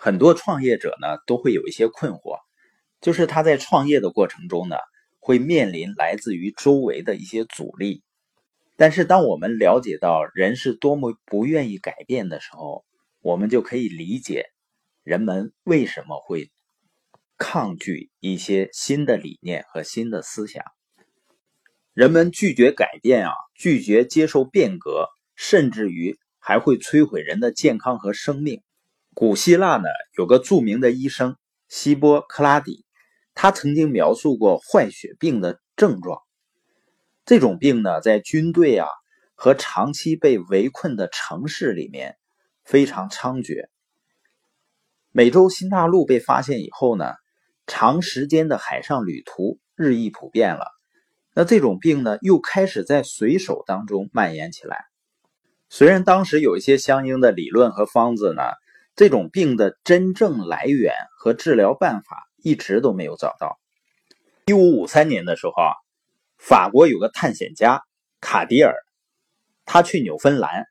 很多创业者呢都会有一些困惑，就是他在创业的过程中呢，会面临来自于周围的一些阻力。但是当我们了解到人是多么不愿意改变的时候，我们就可以理解人们为什么会抗拒一些新的理念和新的思想。人们拒绝改变拒绝接受变革，甚至于还会摧毁人的健康和生命。古希腊呢，有个著名的医生希波克拉底，他曾经描述过坏血病的症状。这种病呢，在军队和长期被围困的城市里面非常猖獗。美洲新大陆被发现以后呢，长时间的海上旅途日益普遍了。那这种病呢，又开始在水手当中蔓延起来。虽然当时有一些相应的理论和方子呢，这种病的真正来源和治疗办法一直都没有找到。1553年的时候法国有个探险家卡迪尔，他去纽芬兰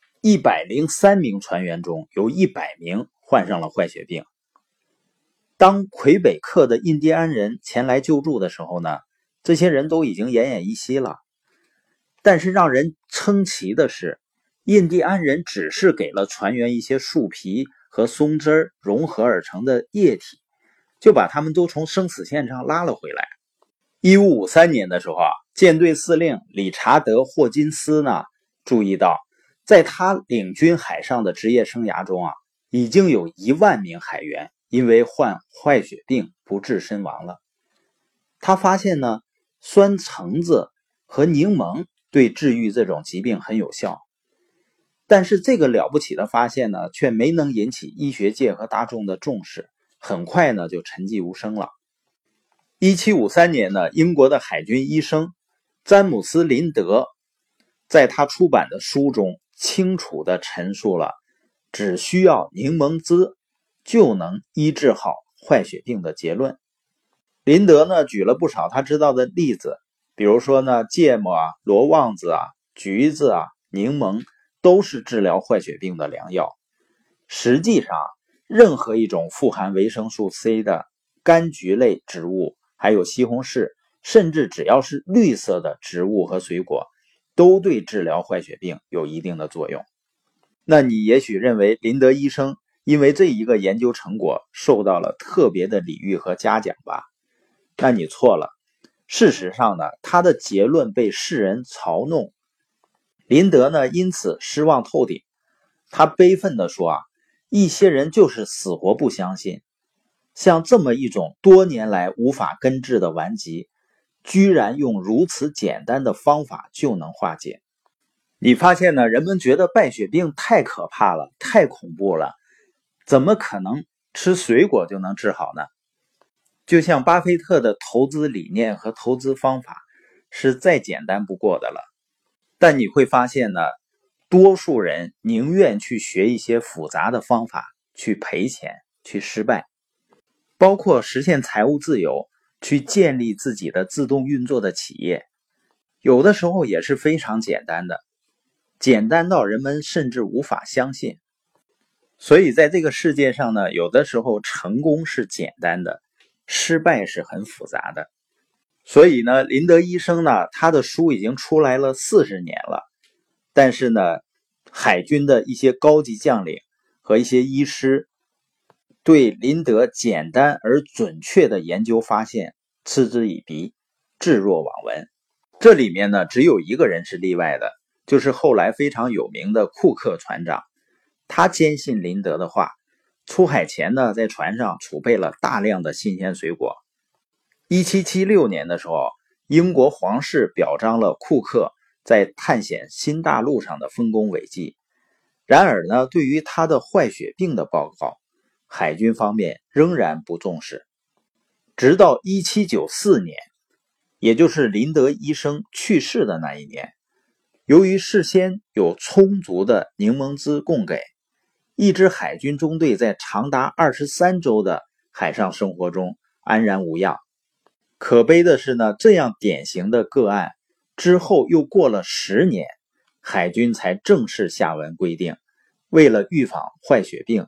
，103名船员中有100名患上了坏血病。当魁北克的印第安人前来救助的时候呢，这些人都已经奄奄一息了。但是让人称奇的是，印第安人只是给了船员一些树皮和松枝融合而成的液体，就把他们都从生死线上拉了回来。1553年的时候舰队司令理查德·霍金斯呢，注意到在他领军海上的职业生涯中已经有1万名海员因为患坏血病不治身亡了。他发现呢，酸橙子和柠檬对治愈这种疾病很有效。但是这个了不起的发现呢，却没能引起医学界和大众的重视，很快呢就沉寂无声了。1753年呢，英国的海军医生詹姆斯·林德在他出版的书中清楚地陈述了只需要柠檬汁就能医治好坏血病的结论。林德呢举了不少他知道的例子，比如说呢，芥末罗望子橘子柠檬都是治疗坏血病的良药。实际上，任何一种富含维生素 C 的柑橘类植物，还有西红柿，甚至只要是绿色的植物和水果，都对治疗坏血病有一定的作用。那你也许认为林德医生因为这一个研究成果受到了特别的礼遇和嘉奖吧？那你错了。事实上呢，他的结论被世人嘲弄。林德呢因此失望透顶，他悲愤地说一些人就是死活不相信，像这么一种多年来无法根治的顽疾，居然用如此简单的方法就能化解。你发现呢，人们觉得败血病太可怕了，太恐怖了，怎么可能吃水果就能治好呢？就像巴菲特的投资理念和投资方法是再简单不过的了。但你会发现呢，多数人宁愿去学一些复杂的方法，去赔钱，去失败。包括实现财务自由，去建立自己的自动运作的企业，有的时候也是非常简单的，简单到人们甚至无法相信。所以在这个世界上呢，有的时候成功是简单的，失败是很复杂的。所以呢，林德医生呢，他的书已经出来了40年了，但是呢，海军的一些高级将领和一些医师对林德简单而准确的研究发现嗤之以鼻，置若罔闻。这里面呢，只有一个人是例外的，就是后来非常有名的库克船长。他坚信林德的话，出海前呢，在船上储备了大量的新鲜水果。1776年的时候，英国皇室表彰了库克在探险新大陆上的丰功伟绩。然而呢，对于他的坏血病的报告，海军方面仍然不重视。直到1794年，也就是林德医生去世的那一年，由于事先有充足的柠檬汁供给，一支海军中队在长达23周的海上生活中安然无恙。可悲的是呢，这样典型的个案之后又过了10年，海军才正式下文规定，为了预防坏血病，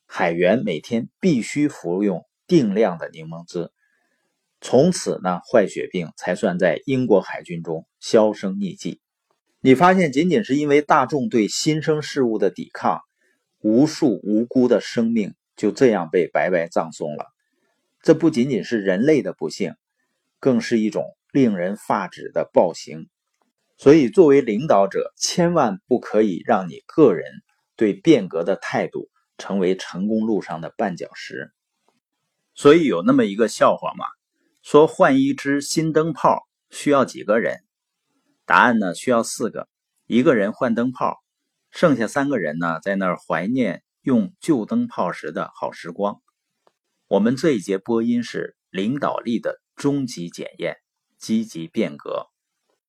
海员每天必须服用定量的柠檬汁。从此呢，坏血病才算在英国海军中销声匿迹。你发现仅仅是因为大众对新生事物的抵抗，无数无辜的生命就这样被白白葬送了。这不仅仅是人类的不幸，更是一种令人发指的暴行。所以作为领导者，千万不可以让你个人对变革的态度成为成功路上的绊脚石。所以有那么一个笑话嘛，说换一只新灯泡需要几个人？答案呢，需要4个。一个人换灯泡，剩下3个人呢，在那儿怀念用旧灯泡时的好时光。我们这一节播音是领导力的终极检验，积极变革。